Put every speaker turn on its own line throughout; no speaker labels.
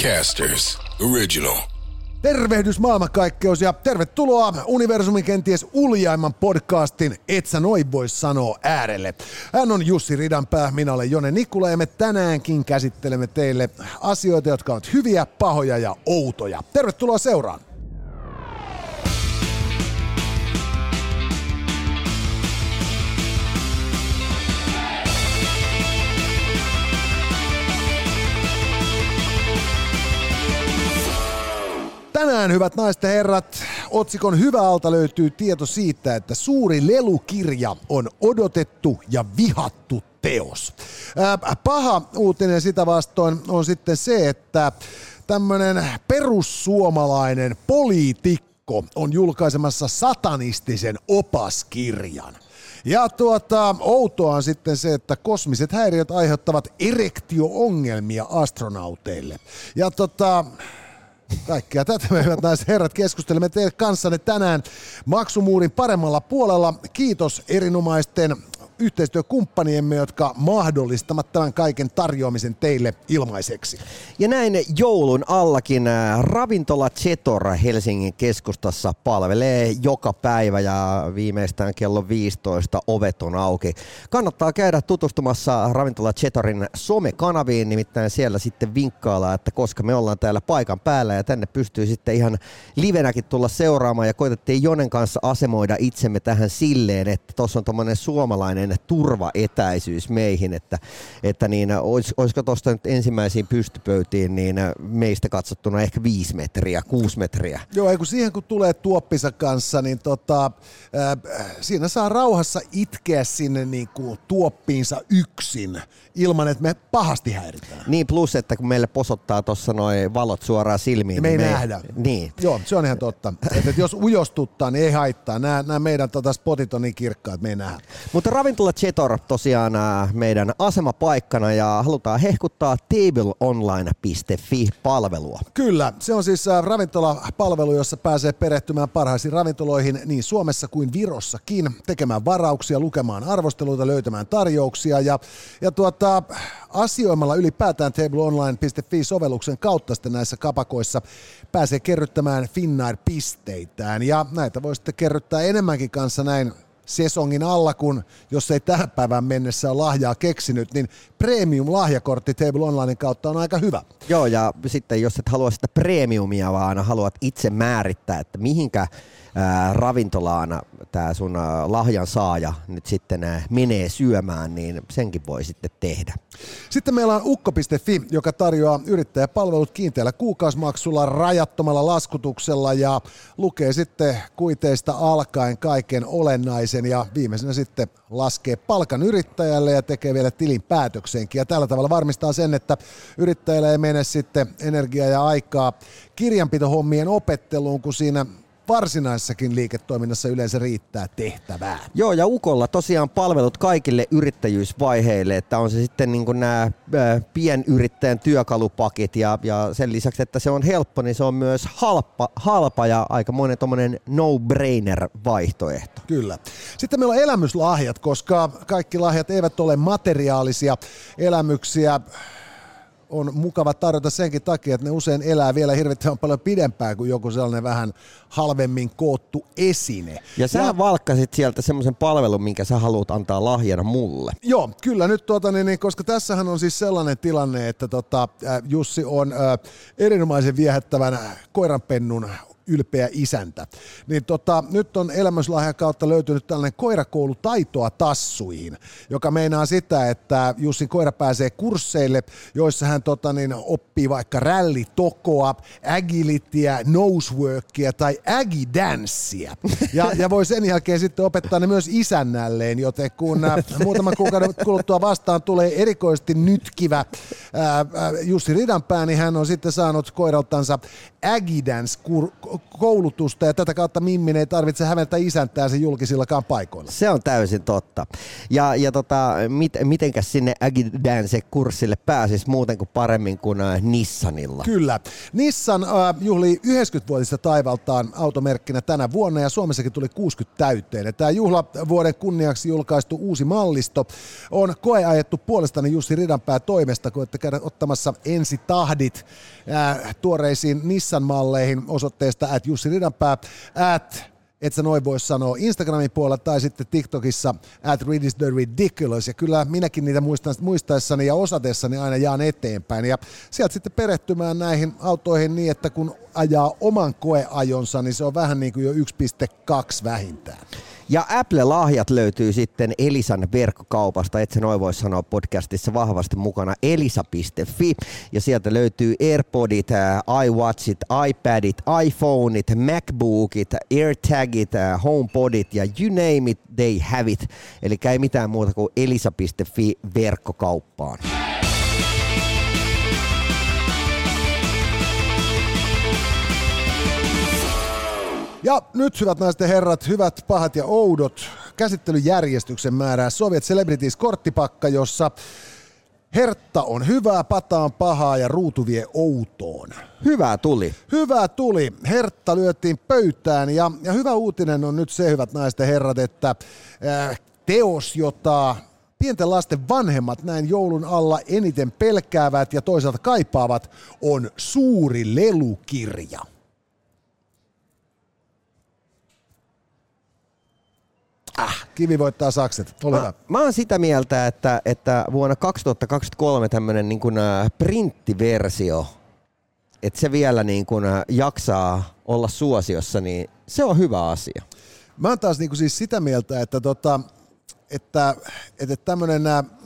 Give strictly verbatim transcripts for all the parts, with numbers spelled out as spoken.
Podcasters Original.
Tervehdys maailmankaikkeus ja tervetuloa universumin kenties uljaimman podcastin Et sä noin voi sanoa äärelle. Hän on Jussi Ridanpää, minä olen Jone Nikula ja me tänäänkin käsittelemme teille asioita, jotka ovat hyviä, pahoja ja outoja. Tervetuloa seuraan. Tänään, hyvät naiset ja herrat, otsikon hyvä alta löytyy tieto siitä, että suuri lelukirja on odotettu ja vihattu teos. Ää, paha uutinen sitä vastoin on sitten se, että tämmöinen perussuomalainen poliitikko on julkaisemassa satanistisen opaskirjan. Ja tuota, outoa on sitten se, että kosmiset häiriöt aiheuttavat erektio-ongelmia astronauteille. Ja tota... Kaikkea tätä me hyvät naiset herrat keskustelemme teille kanssanne tänään maksumuurin paremmalla puolella. Kiitos erinomaisten yhteistyökumppaniemme, jotka mahdollistavat tämän kaiken tarjoamisen teille ilmaiseksi.
Ja näin joulun allakin ravintola Zetor Helsingin keskustassa palvelee joka päivä ja viimeistään kello viisitoista ovet on auki. Kannattaa käydä tutustumassa ravintola Zetorin somekanaviin, nimittäin siellä sitten vinkkaillaan, että koska me ollaan täällä paikan päällä ja tänne pystyy sitten ihan livenäkin tulla seuraamaan ja koitettiin Jonen kanssa asemoida itsemme tähän silleen, että tuossa on tommonen suomalainen turvaetäisyys meihin, että, että niin, olis, olisiko tuosta nyt ensimmäisiin pystypöytiin niin meistä katsottuna ehkä viisi metriä, kuusi metriä.
Joo, ei kun siihen kun tulee tuoppinsa kanssa, niin tota, äh, siinä saa rauhassa itkeä sinne niin kuin tuoppiinsa yksin, ilman että me pahasti häiritään.
Niin, plus että kun meille posottaa tuossa noi valot suoraan silmiin.
Ja me
niin
ei
me
nähdä.
Niin.
Joo, se on ihan totta. että, että jos ujostuttaa, niin ei haittaa. Nämä, nämä meidän tota, spotit on niin kirkkaat, että me ei nähdä.
Mutta ravintola Zetor tosiaan meidän asemapaikkana ja halutaan hehkuttaa tableonline piste fi-palvelua.
Kyllä, se on siis ravintolapalvelu, jossa pääsee perehtymään parhaisiin ravintoloihin niin Suomessa kuin Virossakin, tekemään varauksia, lukemaan arvosteluita, löytämään tarjouksia ja, ja tuota, asioimalla ylipäätään tableonline piste fi-sovelluksen kautta sitten näissä kapakoissa pääsee kerryttämään Finnair-pisteitään ja näitä voi sitten kerryttää enemmänkin kanssa näin sesongin alla, kun jos ei tähän päivään mennessä ole lahjaa keksinyt, niin premium-lahjakortti Table Onlinen kautta on aika hyvä.
Joo, ja sitten jos et halua sitä premiumia, vaan haluat itse määrittää, että mihinkä ää, ravintolaan tämä sun ää, lahjan saaja nyt sitten ää, menee syömään, niin senkin voi sitten tehdä.
Sitten meillä on ukko piste fi, joka tarjoaa yrittäjäpalvelut kiinteällä kuukausimaksulla, rajattomalla laskutuksella ja lukee sitten kuiteista alkaen kaiken olennaisen ja viimeisenä sitten laskee palkan yrittäjälle ja tekee vielä tilin päätöksenkin. Ja tällä tavalla varmistaa sen, että yrittäjällä ei mene sitten energiaa ja aikaa kirjanpitohommien opetteluun, kun siinä varsinaisessakin liiketoiminnassa yleensä riittää tehtävää.
Joo, ja Ukolla tosiaan palvelut kaikille yrittäjyysvaiheille, että on se sitten niin kuin nämä äh, pienyrittäjän työkalupakit ja, ja sen lisäksi, että se on helppo, niin se on myös halpa, halpa ja aika monen tommonen no-brainer vaihtoehto.
Kyllä. Sitten meillä on elämyslahjat, koska kaikki lahjat eivät ole materiaalisia elämyksiä. On mukava tarjota senkin takia, että ne usein elää vielä hirvittävän paljon pidempään kuin joku sellainen vähän halvemmin koottu esine.
Ja sä ja, valkkasit sieltä semmoisen palvelun, minkä sä haluat antaa lahjana mulle.
Joo, kyllä nyt, tuota, niin, koska tässähän on siis sellainen tilanne, että tota, Jussi on ä, erinomaisen viehättävän koiranpennun ylpeä isäntä. Niin tota, nyt on elämyslahjan kautta löytynyt tällainen koirakoulu taitoa tassuihin, joka meinaa sitä, että Jussin koira pääsee kursseille, joissa hän tota, niin, oppii vaikka rallitokoa, agilityä, noseworkia tai agidanssia. Ja, ja voi sen jälkeen sitten opettaa ne myös isännälleen, joten kun äh, muutaman kuukauden kuluttua vastaan tulee erikoisesti nytkivä äh, äh, Jussi Ridanpää, niin hän on sitten saanut koiraltansa agidance kur- koulutusta ja tätä kautta Mimmin ei tarvitse hävetä isäntäänsä julkisillakaan paikoilla.
Se on täysin totta. Ja, ja tota, mit, mitenkäs sinne Agidance-kurssille pääsisi muuten kuin paremmin kuin äh, Nissanilla?
Kyllä. Nissan äh, juhlii yhdeksänkymmenvuotista taivaltaan automerkkinä tänä vuonna ja Suomessakin tuli kuusikymmentä täyteen. Tämä juhlavuoden kunniaksi julkaistu uusi mallisto on koeajettu puolestani Jussi Ridanpää toimesta, kun olette käydä ottamassa ensitahdit äh, tuoreisiin Nissan-malleihin osoitteesta at Jussi Ridanpää, at, et sä noin vois sanoa, Instagramin puolella tai sitten TikTokissa at Read is the Ridiculous, ja kyllä minäkin niitä muistaessani ja osatessani aina jaan eteenpäin, ja sieltä sitten perehtymään näihin autoihin niin, että kun ajaa oman koeajonsa, niin se on vähän niin kuin jo yksi pilkku kaksi vähintään.
Ja Apple-lahjat löytyy sitten Elisan verkkokaupasta, et sä noin voi sanoa podcastissa vahvasti mukana elisa piste fi, ja sieltä löytyy AirPodit, iWatchit, iPadit, iPhoneit, MacBookit, AirTagit, HomePodit ja you name it, they have it. Eli ei mitään muuta kuin elisa piste fi verkkokauppaan.
Ja nyt, hyvät naiset ja herrat, hyvät, pahat ja oudot, käsittelyjärjestyksen määrää Soviet Celebrities-korttipakka, jossa hertta on hyvää, pata on pahaa ja ruutu vie outoon.
Hyvää tuli.
Hyvää tuli. Hertta lyötiin pöytään ja, ja hyvä uutinen on nyt se, hyvät naiset ja herrat, että äh, teos, jota pienten lasten vanhemmat näin joulun alla eniten pelkäävät ja toisaalta kaipaavat, on suuri lelukirja. Ah, kivi voittaa sakset. Ole hyvä.
Mä, mä oon sitä mieltä, että, että vuonna kaksituhattakaksikymmentäkolme tämmönen niin kuin printtiversio, että se vielä niin kuin jaksaa olla suosiossa, niin se on hyvä asia.
Mä oon taas niin kuin siis sitä mieltä, että, tota, että, että tämmönen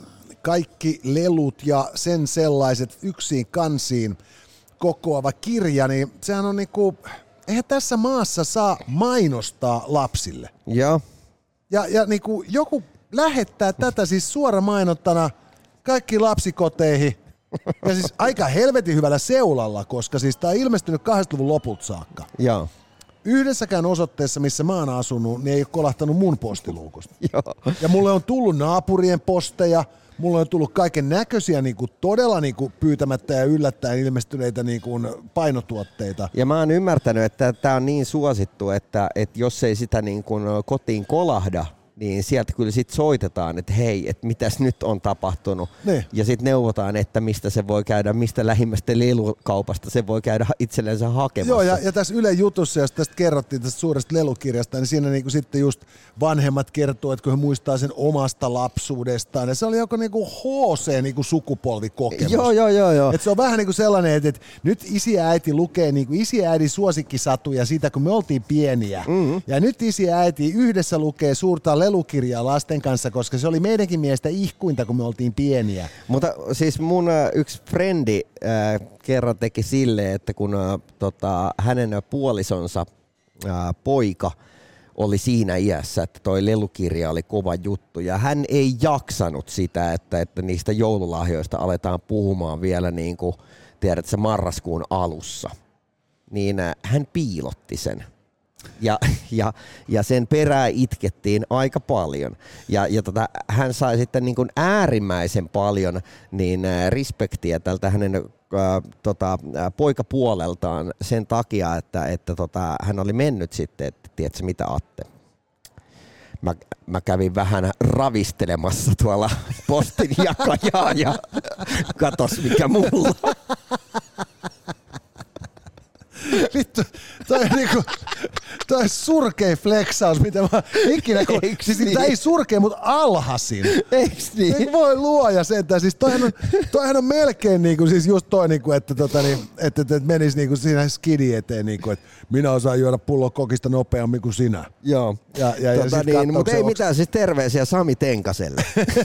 kaikki lelut ja sen sellaiset yksin kansiin kokoava kirja, niin sehän on niin kuin, eihän tässä maassa saa mainostaa lapsille.
Joo.
Ja, ja niin kuin joku lähettää tätä siis suoramainottana kaikkiin lapsikoteihin. Ja siis aika helvetin hyvällä seulalla, koska siis tää on ilmestynyt kahdeksankymmentäluvun lopulta saakka.
Joo.
Yhdessäkään osoitteessa, missä mä oon asunut, niin ei ole kolahtanut mun postiluukusta.
Joo.
Ja mulle on tullut naapurien posteja, mulle on tullut kaiken näköisiä niin kuin todella niin kuin pyytämättä ja yllättäen ilmestyneitä niin kuin painotuotteita.
Ja mä oon ymmärtänyt, että tää on niin suosittu, että, että jos ei sitä niin kuin kotiin kolahda, niin sieltä kyllä sit soitetaan, että hei, että mitäs nyt on tapahtunut. Ne. Ja sitten neuvotaan, että mistä se voi käydä, mistä lähimmästä lelukaupasta se voi käydä itsellensä hakemassa. Joo,
ja, ja tässä Ylen jutussa, jos tästä kerrottiin tästä suuresta lelukirjasta, niin siinä niinku sitten just vanhemmat kertoo, että kun he muistaa sen omasta lapsuudestaan, ja se oli joku niinku H C niinku sukupolvikokemus.
Joo, joo, joo, joo.
Et se on vähän niinku sellainen, että, että nyt isi ja äiti lukee niinku isi ja äidin suosikkisatuja siitä, kun me oltiin pieniä. Mm-hmm. Ja nyt isi ja äiti yhdessä lukee suurta lelukirjaa lasten kanssa, koska se oli meidänkin mielestä ihkuinta, kun me oltiin pieniä.
Mutta siis mun yksi frendi äh, kerran teki silleen, että kun äh, tota, hänen puolisonsa äh, poika oli siinä iässä, että toi lelukirja oli kova juttu, ja hän ei jaksanut sitä, että, että niistä joululahjoista aletaan puhumaan vielä niin kuin, tiedätkö, marraskuun alussa. Niin äh, hän piilotti sen. Ja, ja, ja sen perää itkettiin aika paljon. Ja, ja tota, hän sai sitten niin kuin äärimmäisen paljon niin respektiä tältä hänen ää, tota, poikapuoleltaan sen takia, että, että tota, hän oli mennyt sitten, että tiedätkö mitä Atte? Mä, mä kävin vähän ravistelemassa tuolla postin jakajaa ja katos mikä mulla.
Vittu, toi on niinku, toi on surkea flexaus, mitä mä ikinä, kun, siis niin? Tää ei surkea, mutta alhasin.
Eiks niin?
Ei voi luoja sentään, siis toihan on, toihan on melkein niinku, siis just toi niinku, että tota niin, että, että menis niinku siinä skidi eteen niinku, että minä osaan juoda pullon kokista nopeammin kuin sinä.
Joo,
ja, ja,
tota
ja
niin, mutta ei mitään, siis terveisiä Sami Tenkaselle.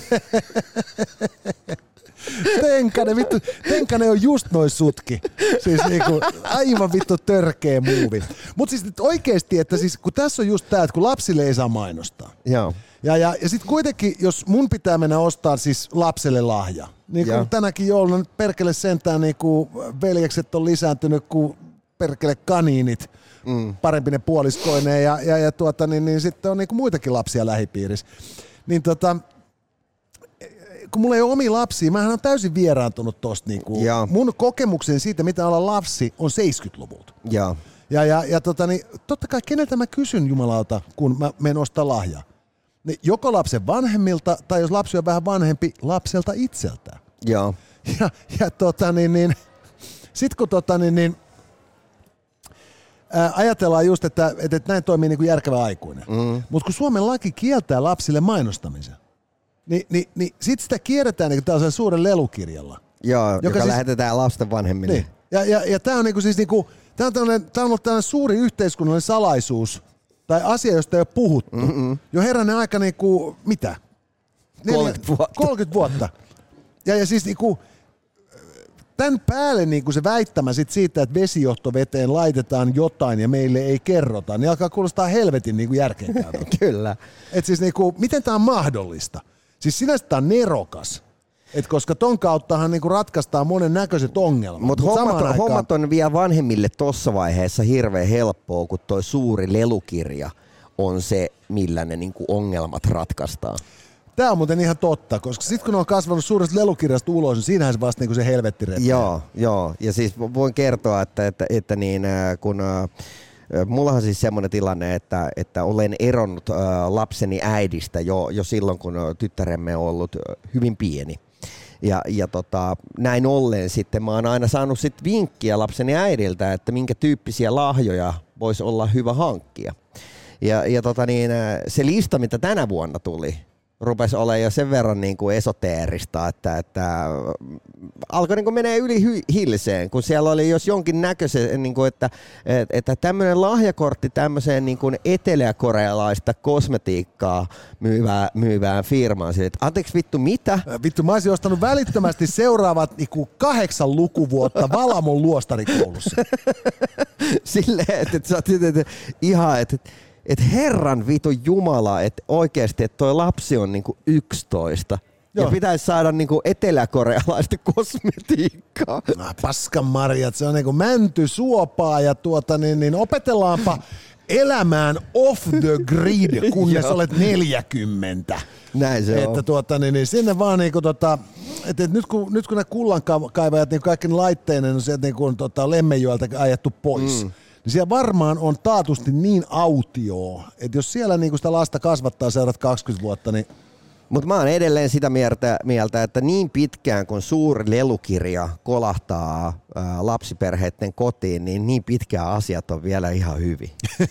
Tenkanen, vittu, Tenkanen on just noin sutki. Siis niinku aivan vittu törkeä muuvi. Mut siis oikeesti, että siis kun tässä on just tää, että kun lapsille ei saa mainostaa.
Joo.
Ja, ja, ja sit kuitenkin, jos mun pitää mennä ostaa siis lapselle lahja, niin kuin tänäkin jouluna nyt perkele sentään niinku veljekset on lisääntynyt kuin perkele kaniinit mm. parempine puoliskoineen ja, ja, ja tuota, niin, niin sitten on niinku muitakin lapsia lähipiirissä. Niin tota, kun mulla ei ole omia lapsia, mähän on täysin vieraantunut tosta. Niinku, mun kokemukseni siitä, mitä olla lapsi, on seitsemänkymmentäluvulta.
Ja,
ja, ja, ja tota, niin, totta kai keneltä mä kysyn jumalauta, kun mä menen ostaa lahjaa. Niin joko lapsen vanhemmilta, tai jos lapsi on vähän vanhempi, lapselta itseltään.
Joo.
Ja, ja tota niin, niin sit kun tota niin, niin ää, ajatellaan just, että, että näin toimii niin kuin järkevä aikuinen. Mm. Mutta kun Suomen laki kieltää lapsille mainostamisen, niin, niin, niin sit sitä kierretään niin kuin tällaisella suuren lelukirjalla.
Joo, joka, joka siis lähetetään lasten vanhemmille.
Niin. Ja, ja, ja tää on niinku siis niinku, tää on, tää on ollut tällainen suuri yhteiskunnallinen salaisuus, tai asia, josta ei ole puhuttu. Mm-mm. Jo herranen aika niinku, mitä?
kolmekymmentä vuotta.
kolmekymmentä vuotta. Ja, ja siis niinku, tämän päälle niinku se väittämä sit siitä, että vesijohtoveteen laitetaan jotain ja meille ei kerrota, niin alkaa kuulostaa helvetin niinku järkeenkäyvältä.
Kyllä.
Et siis niinku, miten tää on mahdollista? Siis sinänsä tää on nerokas. Et koska ton kauttahan niinku ratkaistaan monen näköiset ongelmat.
Mutta
Mut
hommat,
aikaan...
hommat on vielä vanhemmille tossa vaiheessa hirveän helppoa, kun toi suuri lelukirja on se, millä ne niinku ongelmat ratkaistaan.
Tää on muuten ihan totta, koska sit kun on kasvanut suuresta lelukirjasta ulos, niin siinähän se vasta niinku se helvetti repee.
Joo, joo. Ja siis voin kertoa, että, että, että niin, kun... Mullahan siis semmoinen tilanne, että, että olen eronnut ä, lapseni äidistä jo, jo silloin, kun tyttäremme on ollut hyvin pieni. Ja, ja tota, näin ollen sitten mä oon aina saanut sit vinkkiä lapseni äidiltä, että minkä tyyppisiä lahjoja voisi olla hyvä hankkia. Ja, ja tota niin, se lista, mitä tänä vuonna tuli, rupesi olemaan jo sen verran niin kuin esoteerista, että, että alkoi niin kuin menee yli hy- hilseen, kun siellä oli jos jonkin näköisen, niin kuin, että, että tämmöinen lahjakortti tämmöiseen niin kuin eteläkorealaista kosmetiikkaa myyvään, myyvään firmaan. Sille, että anteeksi vittu, mitä?
Vittu, mä olisin ostanut välittömästi seuraavat niin kuin kahdeksan lukuvuotta Valamon luostarikoulussa.
Silleen, että, että sä oot että, ihan, että että herran vitu jumala, että oikeasti, että toi lapsi on niinku yksitoista. Joo. Ja pitäisi saada niinku eteläkorealaista kosmetiikkaa.
No, paskan marjat, se on niinku mänty suopaa ja tuota niin, niin opetellaanpa elämään off the grid, kunnes olet neljäkymmentä.
Näin se
että
on.
Tuota, niin, niin sinne vaan niinku tota, että et nyt kun, nyt kun ne kullankaivajat, niin kaikki ne laitteinen on sieltä niinku tota Lemmenjoelta ajettu pois. Mm. Niin siellä varmaan on taatusti niin autioa, että jos siellä niinku sitä lasta kasvattaa seuraavat kaksikymmentä vuotta, niin...
Mutta mä oon edelleen sitä mieltä, mieltä, että niin pitkään kun suuri lelukirja kolahtaa ää, lapsiperheiden kotiin, niin niin pitkään asiat on vielä ihan hyvin.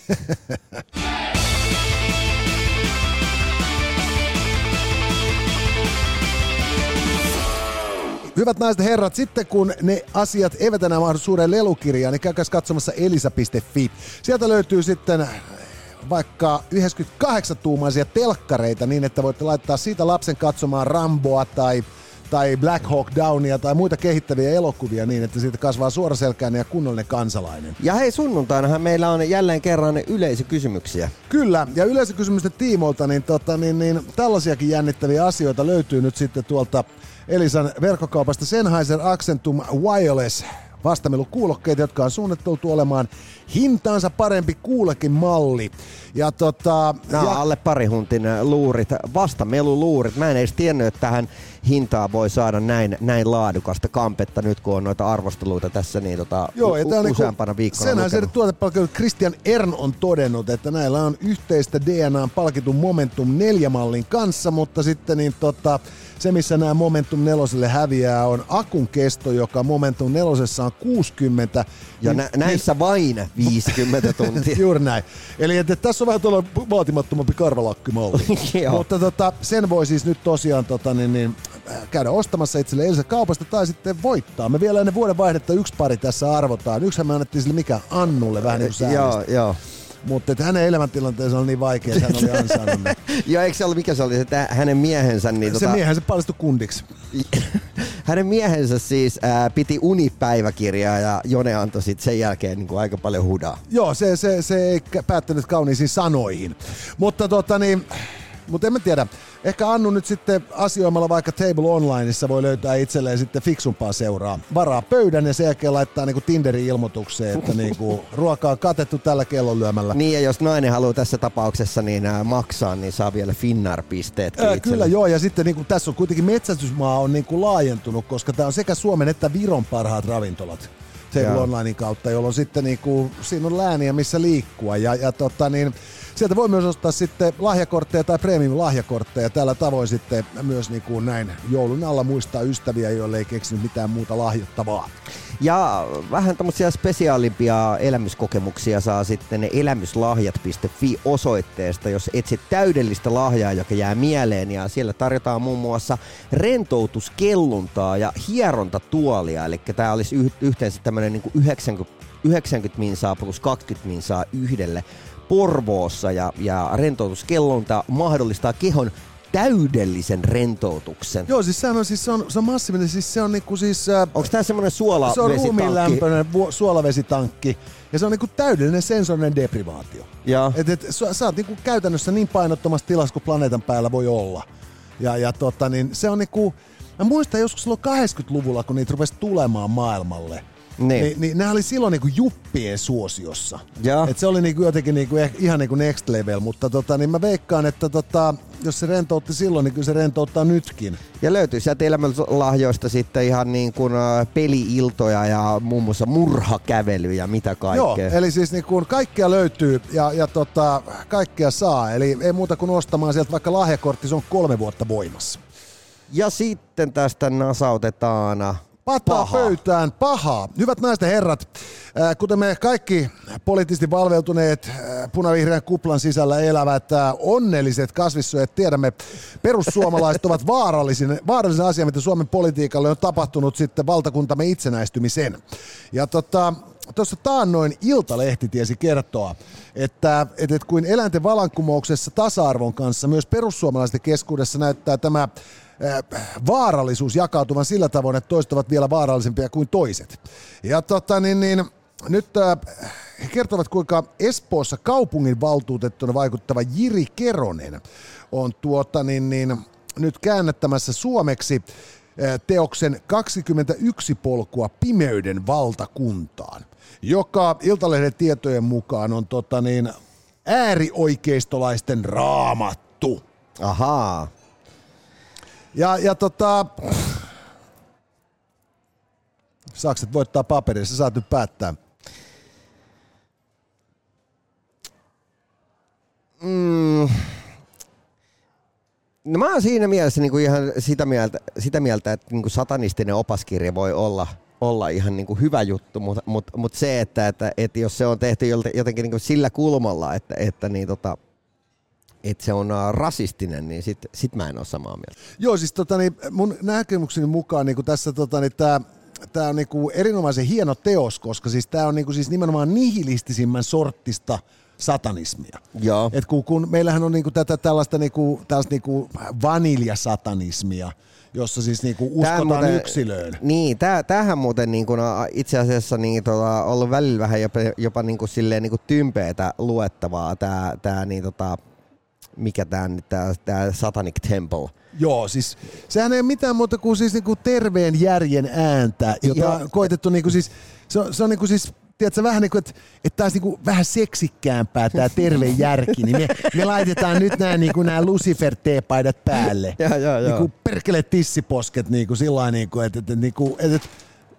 Hyvät naiset ja herrat, sitten kun ne asiat eivät enää mahdu suureen lelukirjaan, niin käykääs katsomassa elisa piste fi. Sieltä löytyy sitten vaikka yhdeksänkymmentäkahdeksan tuumaisia telkkareita niin, että voitte laittaa siitä lapsen katsomaan Ramboa tai, tai Black Hawk Downia tai muita kehittäviä elokuvia niin, että siitä kasvaa suoraselkäinen ja kunnollinen kansalainen.
Ja hei, sunnuntainahan meillä on jälleen kerran yleisökysymyksiä.
Kyllä, ja yleisökysymysten tiimoilta niin, tota, niin, niin tällaisiakin jännittäviä asioita löytyy nyt sitten tuolta Elisan verkkokaupasta. Sennheiser Accentum Wireless vastamelukuulokkeita, jotka on suunniteltu olemaan hintaansa parempi kuulekin malli. Ja tota,
no,
ja...
alle pari huntin luurit, vastameluluurit. Mä en edes tiennyt, että tähän hintaan voi saada näin, näin laadukasta kampetta nyt, kun on noita arvosteluita tässä niin tota,
Joo, ja
u- useampana viikkona
lukenut. Senhän se tuotepalkelu Christian Ern on todennut, että näillä on yhteistä D N A:n palkitun Momentum neljä mallin kanssa, mutta sitten niin tota, se, missä nämä Momentum neloselle häviää, on akun kesto, joka Momentum nelosessa on kuusikymmentä.
Ja
niin,
nä- näissä niin, vain viisikymmentä tuntia.
Juuri näin. Eli että tässä on vähän tuolla vaatimattomampi karvalakkimalli. Mutta tota, sen voi siis nyt tosiaan tota, niin, niin, käydä ostamassa itselle Elisa kaupasta tai sitten voittaa. Me vielä ennen vuoden vaihdetta yksi pari tässä arvotaan. Yksihän me annettiin sille mikä Annulle vähän niin kuin
Joo, joo.
Mutta hänen elämäntilanteensa on niin vaikea, että hän oli ansainnut ne.
Joo, eikö se ollut, mikä se oli, että hänen miehensä... Niin,
se
tota,
miehensä paljastui kundiksi.
Hänen miehensä siis ää, piti unipäiväkirjaa ja Jone antoi sitten sen jälkeen niin kuin aika paljon hudaa.
Joo, se, se, se ei päättänyt kauniisiin sanoihin. Mutta tota niin... Mutta en mä tiedä. ehkä Annu nyt sitten asioimalla vaikka Table Onlineissa voi löytää itselleen sitten fiksumpaa seuraa. Varaa pöydän ja sen jälkeen laittaa niinku Tinderin ilmoitukseen, että niinku ruoka on katettu tällä kellonlyömällä.
Niin ja jos nainen haluaa tässä tapauksessa niin äh, maksaa, niin saa vielä Finnair-pisteet.
Äh, kyllä joo, ja sitten niinku, tässä on kuitenkin metsästysmaa on niinku laajentunut, koska tämä on sekä Suomen että Viron parhaat ravintolat Table Onlinein kautta, jolloin sitten niinku, siinä on lääniä missä liikkua. Ja, ja tota, niin, sieltä voi myös ostaa sitten lahjakortteja tai premium-lahjakortteja. Tällä tavoin sitten myös niinku näin joulun alla muistaa ystäviä, joille ei keksinyt mitään muuta lahjottavaa.
Ja vähän tämmöisiä spesiaalimpia elämyskokemuksia saa sitten elämyslahjat piste fi-osoitteesta, jos etsit täydellistä lahjaa, joka jää mieleen. Ja siellä tarjotaan muun muassa rentoutuskelluntaa ja hierontatuolia. Eli tää olisi yh- yhteensä tämmönen niinku yhdeksänkymmentä, yhdeksänkymmentä minsaa plus kaksikymmentä minsaa yhdelle Porvoossa. Ja, ja rentoutuskellunta mahdollistaa kehon täydellisen rentoutuksen.
Joo, siis sehän on, siis se on, se on massiivinen, siis se on niinku siis...
Onko tää semmonen suolavesitankki?
Se on ruumiinlämpöinen suolavesitankki ja se on niinku täydellinen sensorinen deprivaatio. Et, et, sä, sä oot niinku käytännössä niin painottomassa tilassa kuin planeetan päällä voi olla. Ja, ja tota niin, se on niinku... Mä muistan joskus silloin kahdeksankymmentäluvulla, kun niitä rupesi tulemaan maailmalle. Niin. Ni, niin nämä oli silloin niinku juppien suosiossa. Et se oli niinku jotenkin niinku ihan niinku next level, mutta tota, niin mä veikkaan, että tota, jos se rentoutti silloin, niin kyllä se rentouttaa nytkin.
Ja löytyy sieltä elämänlahjoista sitten ihan niin kuin peli-iltoja ja muun muassa murhakävelyjä, mitä kaikkea.
Joo, eli siis niin kuin kaikkea löytyy ja, ja tota, kaikkea saa. Eli ei muuta kuin ostamaan sieltä vaikka lahjakortti, se on kolme vuotta voimassa.
Ja sitten tästä nasautetaan...
Pataa pöytään, pahaa. Hyvät naiset ja herrat, kuten me kaikki poliittisesti valveutuneet punavihreän kuplan sisällä elävät onnelliset kasvissyöjät tiedämme, perussuomalaiset ovat vaarallisin, vaarallisin asia, mitä Suomen politiikalle on tapahtunut sitten valtakuntamme itsenäistymisen. Ja tota, tuossa taannoin Iltalehti tiesi kertoa, että, että kuin eläinten vallankumouksessa tasa-arvon kanssa myös perussuomalaisten keskuudessa näyttää tämä vaarallisuus jakautuvan sillä tavoin, että toiset ovat vielä vaarallisempia kuin toiset. Ja tota, niin, niin, nyt äh, he kertovat, kuinka Espoossa kaupunginvaltuutettuna vaikuttava Jiri Keronen on tuota, niin, niin, nyt käännettämässä suomeksi äh, teoksen kaksikymmentäyksi polkua pimeyden valtakuntaan, joka Iltalehden tietojen mukaan on tota, niin, äärioikeistolaisten raamattu.
Ahaa.
Ja, ja tota, sakset voittaa paperissa, saat nyt päättää.
Mm. No mä oon siinä mielessä niinku ihan sitä mieltä, sitä mieltä että niinku satanistinen opaskirja voi olla, olla ihan niinku hyvä juttu, mutta mut, mut se, että, että, että jos se on tehty jotenkin niinku sillä kulmalla, että, että niin tota, että se on rasistinen, niin sit, sit mä en ole samaa mieltä.
Joo, siis tota, niin mun näkemykseni mukaan niin tässä tota, niin tää, tää on niin erinomaisen hieno teos, koska siis tää on niin siis nimenomaan nihilistisimmän sorttista satanismia.
Joo.
Et kun, kun meillähän on niinku tätä tällaista, niinku, tällaista niinku vaniljasatanismia, jossa siis niinku uskotaan muuten, yksilöön.
Niin, tää, tämähän muuten niinku, no, itse asiassa niin, tota, ollut välillä vähän jopa, jopa niinku, silleen, niinku tympeetä luettavaa, tää, tää niin, tota, mikä tää nyt tää, tää Satanic Temple.
Joo, siis sehän ei ole mitään muuta kuin siis niinku terveen järjen ääntä, jota on koitettu niinku siis, se on, se on niinku siis, tiedätkö, vähän niinku, että et taas niinku vähän seksikkäämpää tää terve järki, niin me, me laitetaan nyt nää niinku nää Lucifer-teepaidat päälle.
Ja, ja, ja.
Niinku perkele tissiposket niinku sillain niinku, että et, et, niinku, et, et,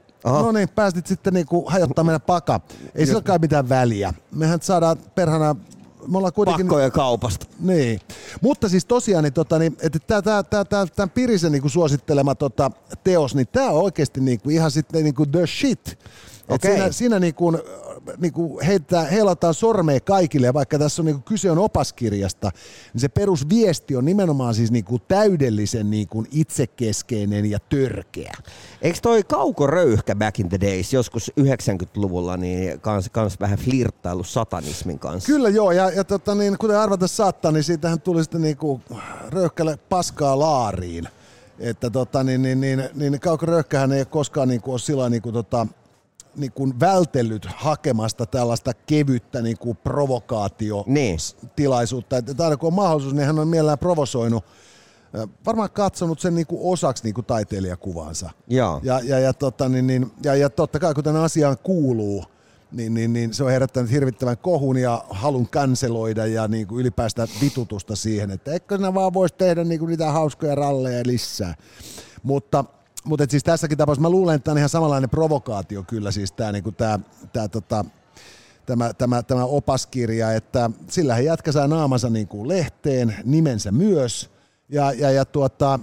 no niin, päästit sitten niinku hajottaa meidän paka. Ei sillä kai mitään väliä. Mehän saadaan perhana me ollaan kuitenkin
pakkoja kaupasta.
Niin. Mutta siis tosiaan, niin, tota, niin, että tämä tää, tää, tää, tää Pirisen niin kuin suosittelema tota, teos, niin tämä on oikeasti niin kuin, ihan sitten niin kuin the shit. Okay. Siinä, siinä niin kuin, niin kuin heittää, heilataan sormea kaikille, ja vaikka tässä on niin kuin, kyse on opaskirjasta, niin se perusviesti on nimenomaan siis niin kuin, täydellisen niin kuin, itsekeskeinen ja törkeä.
Eikö toi Kauko Röyhkä back in the days, joskus yhdeksänkymmentäluvulla, niin kans, kans vähän flirttailu satanismin kanssa?
Kyllä joo, ja, ja tota, niin, kuten arvata saattaa, niin siitähän tuli sitten niin kuin, Röyhkälle paskaa laariin. Että tota, niin, niin, niin, niin Kauko Röyhkähän ei ole koskaan niin kuin, ole sillä niin kuin, tota, niin kuin vältellyt hakemasta tällaista kevyttä niin kuin provokaatiotilaisuutta. Niin. Että aina kun on mahdollisuus, niin hän on mielellään provosoinut varmaan katsonut sen niinku osaksi niinku taiteilijakuvaansa.
Joo.
Ja, ja, ja, tota, niin, niin, ja, ja totta kai kun tämän asiaan kuuluu, niin, niin, niin se on herättänyt hirvittävän kohun ja halun kanseloida ja niin kuin ylipäästä vitutusta siihen, että eikö nämä vaan voisi tehdä niin kuin niitä hauskoja ralleja lisää. Mutta, mutta et siis tässäkin tapauksessa mä luulen, että tämä on ihan samanlainen provokaatio kyllä, siis tämä, niin kuin tämä, tämä, tota, tämä, tämä, tämä opaskirja, että sillä he jätkä saa naamansa niin kuin lehteen, nimensä myös, ja, ja, ja tuota...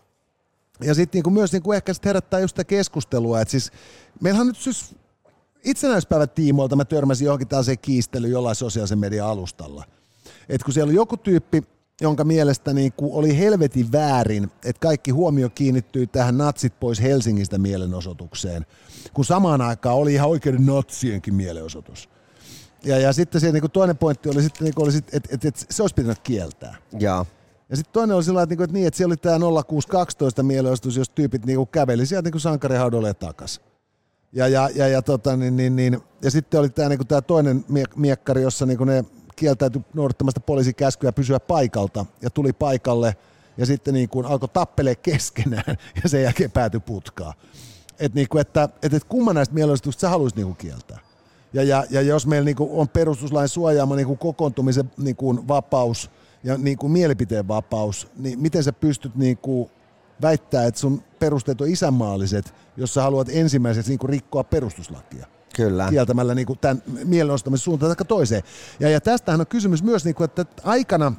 Ja sitten niinku myös niinku ehkä sit herättää just sitä keskustelua, että siis meillähän nyt siis itsenäispäivän tiimoilta mä törmäsin johonkin tällaiseen kiistelyyn jollain sosiaalisen median alustalla. Että kun siellä oli joku tyyppi, jonka mielestä niinku oli helvetin väärin, että kaikki huomio kiinnittyy tähän natsit pois Helsingistä mielenosoitukseen, kun samaan aikaan oli ihan oikein natsienkin mielenosoitus. Ja, ja sitten se niinku toinen pointti oli, sitten, niinku oli sit, että et, et se olisi pitänyt kieltää.
Jaa.
Ja sitten toinen oli sillä, että, että, niin, että siellä oli tämä nolla kuusi kaksitoista mielenosoitus, jos tyypit niin käveli sieltä niin sankarihaudolle takas. Ja, ja, ja, ja, tota, niin, niin, niin. ja sitten oli tämä niin toinen miekkari, jossa niin ne kieltäytyi noudattamasta poliisikäskyä pysyä paikalta ja tuli paikalle ja sitten niin kuin alkoi tappelee keskenään ja sen jälkeen päätyi putkaan. Et, niin kuin, että, että, että kumman näistä mielenosoituksista sä haluaisit niin kieltää. Ja, ja, ja jos meillä niin kuin on perustuslain suojaama niin kuin kokoontumisen niin kuin vapaus, ja niin kuin mielipiteen vapaus, niin miten sä pystyt niin kuin väittää, että sun perusteet on isänmaalliset, jos sä haluat ensimmäiseksi niin kuin rikkoa perustuslakia?
Kyllä.
Kieltämällä niin kuin tämän mielenostamisen suuntaan tai toiseen. Ja, ja tästähän on kysymys myös, niin kuin, että aikana,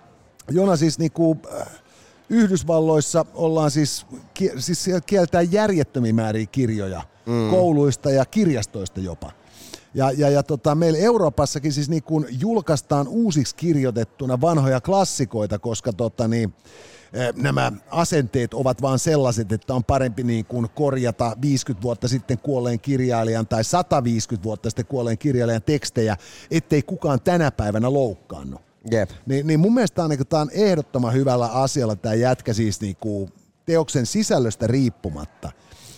jona siis niin kuin, äh, Yhdysvalloissa ollaan siis, ki, siis kieltää järjettömiä määriä kirjoja mm. kouluista ja kirjastoista jopa. Ja, ja, ja tota, meillä Euroopassakin siis niin kun julkaistaan uusiksi kirjoitettuna vanhoja klassikoita, koska tota, niin, nämä asenteet ovat vaan sellaiset, että on parempi niin kun korjata viisikymmentä vuotta sitten kuolleen kirjailijan tai sata viisikymmentä vuotta sitten kuolleen kirjailijan tekstejä, ettei kukaan tänä päivänä loukkaannut.
Yep. Ni,
niin mun mielestä on, niin kun, tämä on ehdottoman hyvällä asialla tämä jätkä siis niin kun, teoksen sisällöstä riippumatta.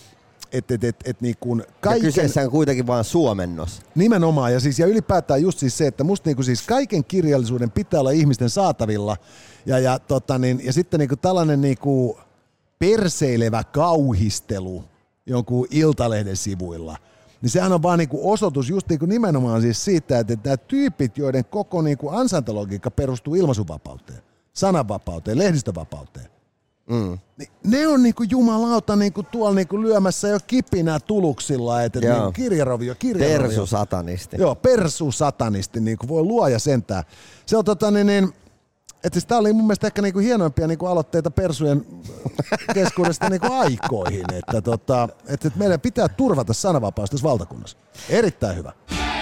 Et, et, et, et niin kuin kaiken...
Ja kyseessä on kuitenkin vaan suomennos.
Nimenomaan, ja, siis, ja ylipäätään just siis se, että musta niin kuin siis kaiken kirjallisuuden pitää olla ihmisten saatavilla, ja, ja, tota niin, ja sitten niin kuin tällainen niin kuin perseilevä kauhistelu jonkun Iltalehden sivuilla, niin sehän on vaan niin kuin osoitus just niin kuin nimenomaan siis siitä, että nämä tyypit, joiden koko niin kuin ansaintalogiikka perustuu ilmaisuvapauteen, sananvapauteen, lehdistövapauteen, Mm. ne on niinku jumalauta niinku tuolla niinku lyömässä jo kipinää tuluksilla, että niinku kirjarovio, kirjarovio.
Persusatanisti.
Joo, persusatanisti, niinku voi luoja sentään. Se on tota niin, niin että siis tää oli mun mielestä ehkä niinku hienoimpia niinku aloitteita persujen keskuudesta niinku aikoihin, että tota, että, että meidän pitää turvata sananvapaus tässä valtakunnassa. Erittäin hyvä.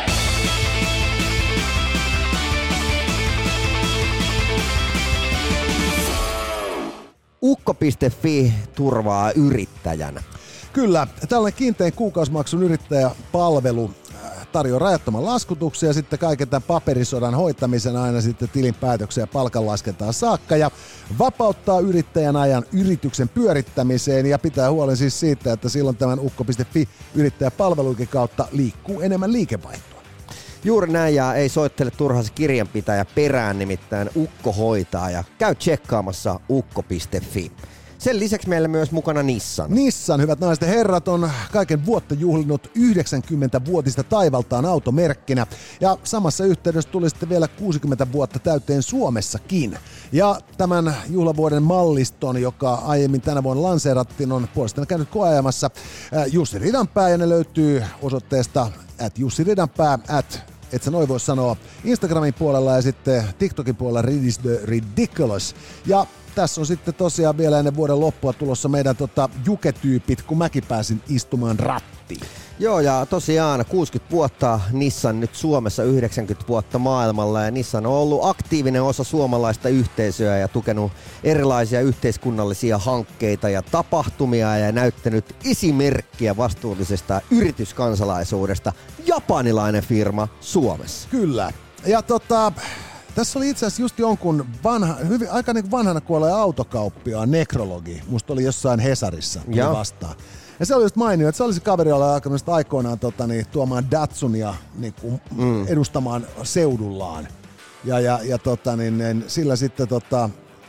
Ukko piste fi turvaa yrittäjän.
Kyllä, tällainen kiinteän kuukausimaksun yrittäjäpalvelu tarjoaa rajattoman laskutuksen ja sitten kaiken tämän paperisodan hoitamisen aina sitten tilinpäätöksen ja palkanlaskentaan saakka ja vapauttaa yrittäjän ajan yrityksen pyörittämiseen ja pitää huolen siis siitä, että silloin tämän ukko piste fi yrittäjäpalveluikin kautta liikkuu enemmän liikevaihtoa.
Juuri näin, ja ei soittele turhaan se kirjanpitäjä perään, nimittäin Ukko hoitaa, ja käy tsekkaamassa ukko piste fi. Sen lisäksi meillä myös mukana Nissan.
Nissan, hyvät naiset ja herrat, on kaiken vuotta juhlinut yhdeksänkymmentävuotista taivaltaan automerkkinä. Ja samassa yhteydessä tuli sitten vielä kuusikymmentä vuotta täyteen Suomessakin. Ja tämän juhlavuoden malliston, joka aiemmin tänä vuonna lanseerattiin, on puolestaan käynyt koeajamassa Jussi Ridanpää, ja ne löytyy osoitteesta at Jussi Ridanpää, at et sä noin voi sanoa, Instagramin puolella ja sitten TikTokin puolella Ridis the Ridiculous. Ja tässä on sitten tosiaan vielä ennen vuoden loppua tulossa meidän tota, Juke-tyypit, kun mäkin pääsin istumaan rattiin.
Joo, ja tosiaan kuusikymmentä vuotta Nissan nyt Suomessa, yhdeksänkymmentä vuotta maailmalla, ja Nissan on ollut aktiivinen osa suomalaista yhteisöä ja tukenut erilaisia yhteiskunnallisia hankkeita ja tapahtumia ja näyttänyt esimerkkiä vastuullisesta yrityskansalaisuudesta. Japanilainen firma Suomessa.
Kyllä. Ja tota... Tässä oli itse asiassa just jonkun vanha, hyvin, aika niin vanhana kuolleen autokauppiaan nekrologi. Musta oli jossain Hesarissa vastaan. Ja se oli just mainio, että se oli se kaveri, jolla alkanut aikoinaan tota, niin, tuomaan Datsunia niin kuin, mm. edustamaan seudullaan. Ja, ja, ja tota, niin, sillä sitten tota,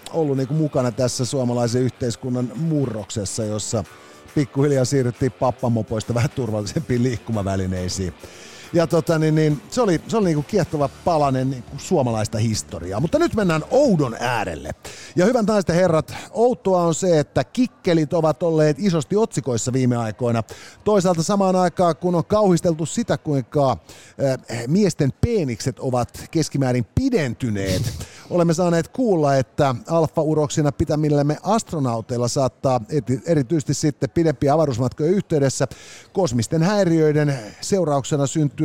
ollut niin kuin mukana tässä suomalaisen yhteiskunnan murroksessa, jossa pikkuhiljaa siirryttiin pappamopoista vähän turvallisempiin liikkumavälineisiin. Ja tota, niin, niin, se oli, se oli niin kuin kiehtova palanen niin kuin suomalaista historiaa. Mutta nyt mennään Oudon äärelle. Ja hyvät naiset ja herrat, outoa on se, että kikkelit ovat olleet isosti otsikoissa viime aikoina. Toisaalta samaan aikaan, kun on kauhisteltu sitä, kuinka äh, miesten peenikset ovat keskimäärin pidentyneet, olemme saaneet kuulla, että alfa-uroksina pitämillämme astronauteilla saattaa erityisesti sitten pidempiä avaruusmatkojen yhteydessä kosmisten häiriöiden seurauksena syntyä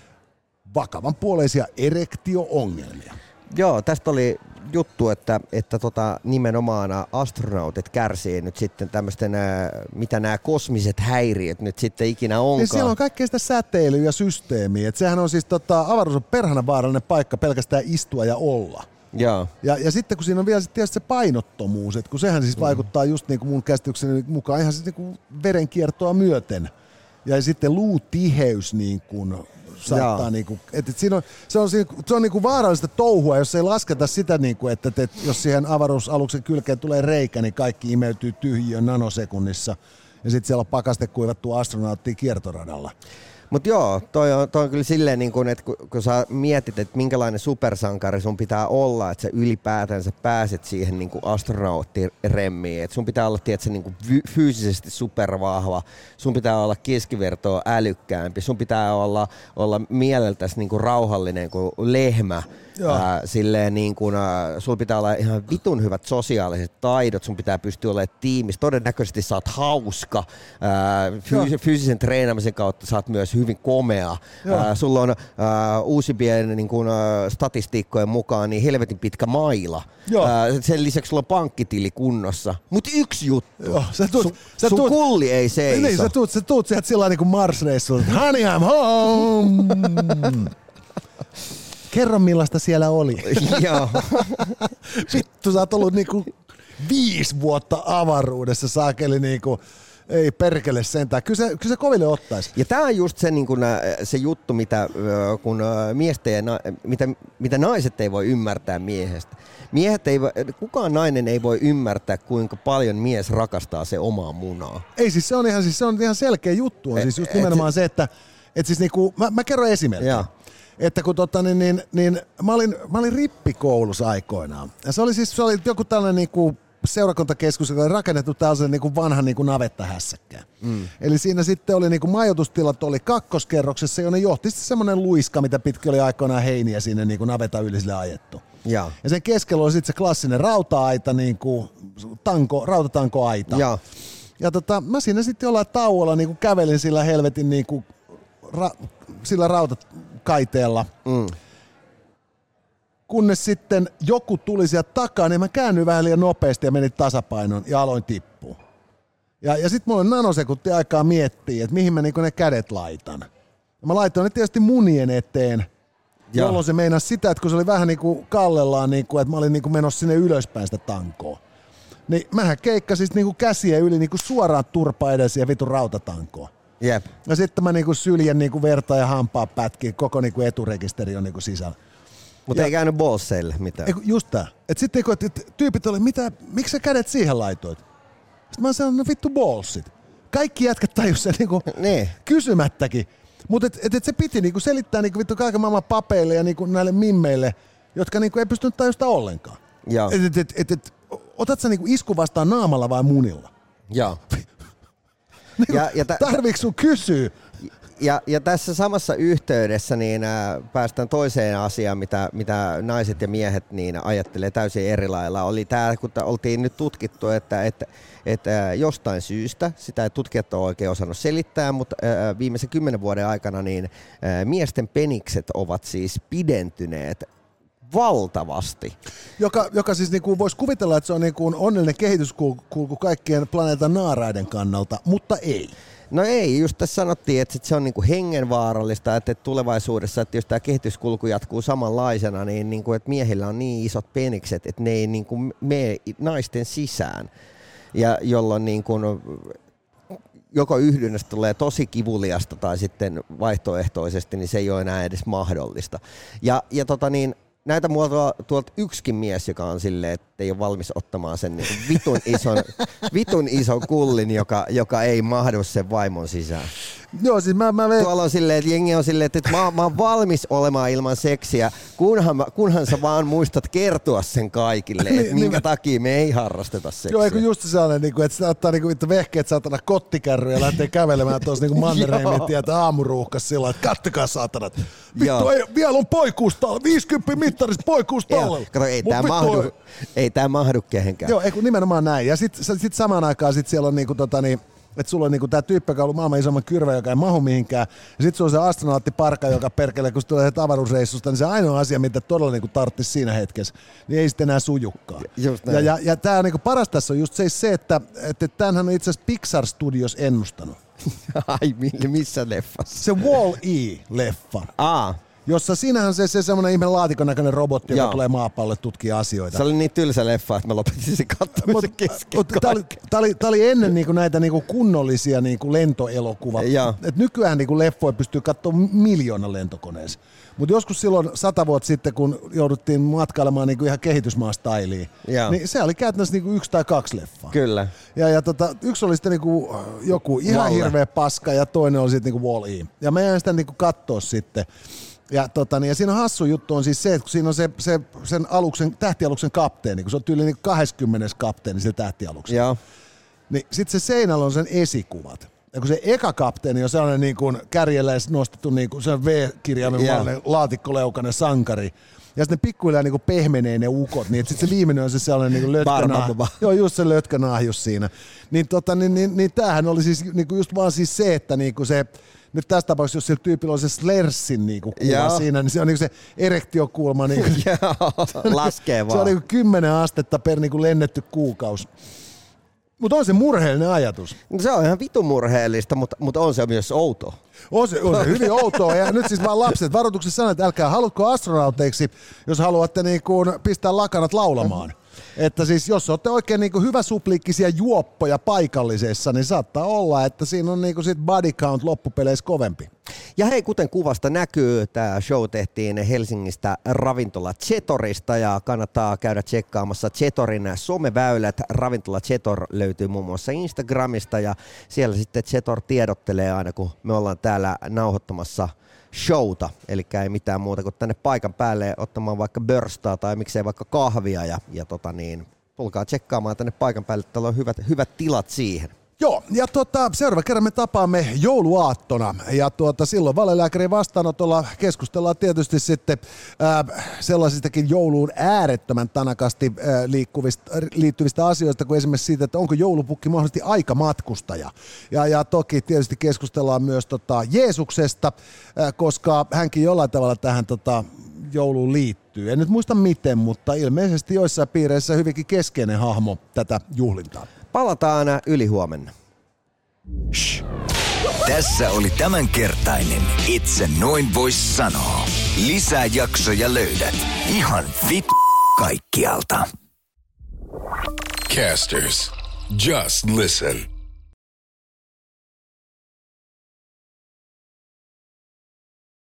vakavan puoleisia erektio-ongelmia.
Joo, tästä oli juttu, että, että tota, nimenomaan astronautit kärsii nyt sitten tämmöisten, mitä nämä kosmiset häiriöt nyt sitten ikinä onkaan.
Niin siellä on kaikkea sitä säteilyä ja systeemiä. Et sehän on siis, tota, avaruus on perhana vaarallinen paikka pelkästään istua ja olla.
Joo.
Ja, ja sitten kun siinä on vielä sitten se painottomuus, että kun sehän siis mm. vaikuttaa just niin kuin mun käsitykseni mukaan ihan siis niin kuin verenkiertoa myöten. Ja sitten luutiheys niin kuin saattaa niin kuin, että siinä on, se on, se on niin kuin vaarallista touhua, jos ei lasketa sitä niin kuin, että te, jos siihen avaruusaluksen kylkeen tulee reikä, niin kaikki imeytyy tyhjiön nanosekunnissa. Ja sitten siellä on pakaste kuivattu astronauttia kiertoradalla.
Mutta joo, toi on, toi on kyllä silleen, niin kun, että kun, kun sä mietit, että minkälainen supersankari sun pitää olla, että sä ylipäätänsä pääset siihen niin astronauttiremmiin. Että sun pitää olla tietysti, niin fyysisesti supervahva, sun pitää olla keskivertoa älykkäämpi, sun pitää olla, olla mieleltäsi niin rauhallinen kuin lehmä. Ää, silleen niin kun, ä, sulla pitää olla ihan vitun hyvät sosiaaliset taidot, sun pitää pystyä olemaan tiimissä, todennäköisesti sä oot hauska, ää, fyys- fyysisen treenaamisen kautta sä oot myös hyvin komea, ää, sulla on ää, uusimpien niin kun, ä, statistiikkojen mukaan niin helvetin pitkä maila, ää, sen lisäksi sulla on pankkitili kunnossa, mut yksi juttu,
Joo, sä tuut,
sun,
sä
sun
tuut,
kulli ei seiso.
Niin, sä tuut, sä tuut sieltä sillä niin kuin Mars-reissulla, honey I'm home! Kerro millaista siellä oli.
Joo.
Vittu, sä oot ollut niinku viisi vuotta avaruudessa, saakeli niinku, ei perkele sentään. Kyllä se, kyllä se koville ottaisi.
Ja tää on just se, niin kun, se juttu, mitä, kun miesten ja na, mitä, mitä naiset ei voi ymmärtää miehestä. Miehet ei, kukaan nainen ei voi ymmärtää, kuinka paljon mies rakastaa se omaa munaa.
Ei siis se on ihan, siis se on ihan selkeä juttu. On siis just nimenomaan et, se, että et siis niinku, mä, mä kerron esimerkki. Joo. Että kun tota, niin, niin, niin, mä, olin, mä olin rippikoulussa aikoinaan. Ja se oli siis se oli joku tällainen niinku seurakuntakeskus, joka oli rakennettu tällaisen niinku vanhan niinku navettahässäkkään. Mm. Eli siinä sitten oli niinku majoitustilat oli kakkoskerroksessa, jonne johti sitten semmoinen luiska, mitä pitkin oli aikoinaan heiniä sinne niinku navetan yli sille ajettu. Ja, ja sen keskellä oli sitten se klassinen rauta-aita, niinku tanko, rautatankoaita. Ja, ja tota, mä siinä sitten jollain tauolla niinku kävelin sillä helvetin niinku, ra, sillä rautakaiteella. Mm. Kunnes sitten joku tuli sieltä takaa, niin mä käännyin vähän liian nopeasti ja menin tasapainon ja aloin tippua. Ja, ja sitten mulla on nanosekunti aikaa miettiä, että mihin mä niinku ne kädet laitan. Ja mä laitoin ne tietysti munien eteen, ja. Jolloin se meinasi sitä, että kun se oli vähän niinku kallellaan, niinku, että mä olin niinku menossa sinne ylöspäin sitä tankoa. Niin mähän keikkasin niinku käsiä yli niinku suoraan turpa edessä ja vitun rautatankoa.
Jep.
Ja sitten mä niinku syljen niinku verta ja hampaa pätkiä, koko niinku eturekisteri on niinku sisällä.
Mutta ei käynyt bosseille mitään.
Ei, just tää. Et sitten kun et, tyypit oli, mitä, miksi sä kädet siihen laitoit? Sitten mä sanoin, no vittu ballsit. Kaikki jätkät tajus sen niinku
niin.
kysymättäkin. Mutta et, et, et se piti niinku selittää niinku vittu kaiken maailman papeille ja niinku näille mimmeille, jotka niinku ei pystynyt tajusta ollenkaan. Et, et, et, et, et, otat sä niinku isku vastaan naamalla vai munilla?
Joo.
niinku, ja, ja tarviiko sun kysyä?
Ja, ja tässä samassa yhteydessä niin äh, päästään toiseen asiaan, mitä, mitä naiset ja miehet niin ajattelee täysin eri lailla. Oli tämä, kun oltiin nyt tutkittu, että, että, että äh, jostain syystä, sitä ei tutkijat ole oikein osannut selittää, mutta äh, viimeisen kymmenen vuoden aikana niin äh, miesten penikset ovat siis pidentyneet valtavasti.
Joka, joka siis niinku voisi kuvitella, että se on niinku onnellinen kehityskulku kaikkien planeetan naaraiden kannalta, mutta ei.
No ei, just tässä sanottiin, että se on niinku hengenvaarallista, että tulevaisuudessa, että jos tämä kehityskulku jatkuu samanlaisena, niin niinku, että miehillä on niin isot penikset, että ne ei niinku mene naisten sisään, ja jolloin niinku, joko yhdynnästä tulee tosi kivuliasta tai sitten vaihtoehtoisesti, niin se ei ole enää edes mahdollista. Ja, ja tota niin, näitä muotoa tuolta yksikin mies, joka on silleen, että ei ole valmis ottamaan sen niin vitun, ison, vitun ison kullin, joka, joka ei mahdu sen vaimon sisään.
Joo, siis mä, mä ve...
Tuolla on silleen, että jengi on silleen, että mä, mä oon valmis olemaan ilman seksiä, kunhan, mä, kunhan sä vaan muistat kertoa sen kaikille, että minkä niin, takia me ei harrasteta seksiä.
Joo, eikö just sellainen, että se ottaa niinku vehkeet saatana kottikärryä ja lähtee kävelemään tuossa niinku Mannerheimin tietä aamuruuhkas sillä että kattokaa saatanat. Vittu, ei, vielä on poikuustalla, viisikymmentä mittarista poikuustalla.
Kato, ei tää, mahdu, ei tää mahdu kehenkään.
Joo, eikö nimenomaan näin. Ja sit, sit samaan aikaan sit siellä on niinku tota niin, että sulla on niinku tää tyyppi, joka on ollut maailman isomman kyrvä, joka ei mahu mihinkään. Ja sit sulla on se astronauttiparka, joka perkelee, kun se tulee avaruusreissusta, niin se ainoa asia, mitä todella niinku tarttisi siinä hetkessä, niin ei sitten enää sujukkaan. Ja, ja, ja tää on niinku paras tässä on just se, se että, että tämänhän on itse asiassa Pixar Studios ennustanut.
Ai, missä leffassa?
Se Wall-E-leffa.
Aa.
Jossa siinähän se, se semmoinen ihme laatikon näköinen robotti, joka Joo. tulee maapallolle tutkia asioita.
Se oli niin tylsä leffa, että mä lopetin sen katsomisen kesken.
Tämä oli, oli, oli ennen niinku näitä niinku kunnollisia niinku lentoelokuvia. Et nykyään niinku leffoja pystyy katsomaan miljoona lentokoneessa. Mutta joskus silloin sata vuotta sitten, kun jouduttiin matkailemaan niinku ihan kehitysmaastailiin, niin se oli käytännössä niinku yksi tai kaksi leffaa.
Kyllä.
Ja, ja tota, yksi oli sitten niinku joku ihan Valle. hirveä paska ja toinen oli sitten niinku Wall-E. Ja mä jäin sitä niinku katsoa sitten. Ja, tota, niin, ja siinä hassu juttu on siis se, että kun siinä on se, se sen aluksen, tähtialuksen kapteeni, kun se on tyyli niin kaksikymmentä kapteeni sillä tähtialuksella, niin sitten se seinällä on sen esikuvat. Ja kun se eka kapteeni on sellainen niin kuin kärjellä nostettu niin kuin se V-kirjaimen yeah. laatikkoleukainen sankari, ja sitten ne pikkuhiljaa niin kuin pehmenee ne ukot, niin sitten se viimeinen on se sellainen niin kuin lötkänahjus. Joo, just se lötkänahjus siinä. Niin, tota, niin, niin, niin tämähän oli siis niin kuin just vaan siis se, että niin kuin se nyt tässä tapauksessa, jos sillä tyypillä on se Slersin niinku kuva Joo. siinä, niin se on niinku se erektiokulma. Niinku,
laskee vaan.
Se on niinku kymmenen astetta per niinku lennetty kuukausi. Mutta on se murheellinen ajatus.
No se on ihan vitun murheellista, mutta, mutta on se myös outoa.
On se, on se hyvin outoa. Ja nyt siis vaan lapset, varoituksessa sanoin, että älkää halutko astronauteiksi, jos haluatte niinku pistää lakanat laulamaan. Että siis jos olette oikein niinku hyvä supliikkisia juoppoja paikallisessa, niin saattaa olla, että siinä on niinku sit body count loppupeleissä kovempi.
Ja hei, kuten kuvasta näkyy, tämä show tehtiin Helsingistä ravintola Zetorista ja kannattaa käydä tsekkaamassa Zetorin someväylät. Ravintola Zetor löytyy muun muassa Instagramista ja siellä sitten Zetor tiedottelee aina, kun me ollaan täällä nauhoittamassa showta, eli ei mitään muuta kuin tänne paikan päälle ottamaan vaikka börstaa tai miksei vaikka kahvia ja, ja tota niin, tulkaa tsekkaamaan tänne paikan päälle, täällä on hyvät, hyvät tilat siihen.
Joo, ja tota, seuraava kerran me tapaamme jouluaattona ja tuota, silloin valelääkärin vastaanotolla keskustellaan tietysti sitten ää, sellaisistakin jouluun äärettömän tanakasti ää, liittyvistä asioista kuin esimerkiksi siitä, että onko joulupukki mahdollisesti aikamatkustaja. Ja, ja toki tietysti keskustellaan myös tota, Jeesuksesta, ää, koska hänkin jollain tavalla tähän tota, jouluun liittyy. En nyt muista miten, mutta ilmeisesti joissain piireissä hyvinkin keskeinen hahmo tätä juhlintaa.
Palataan ylihuomenna.
Shh. Tässä oli tämänkertainen Itse noin vois sanoa. Lisää jaksoja löydät ihan vittu kaikkialta. Casters, just listen.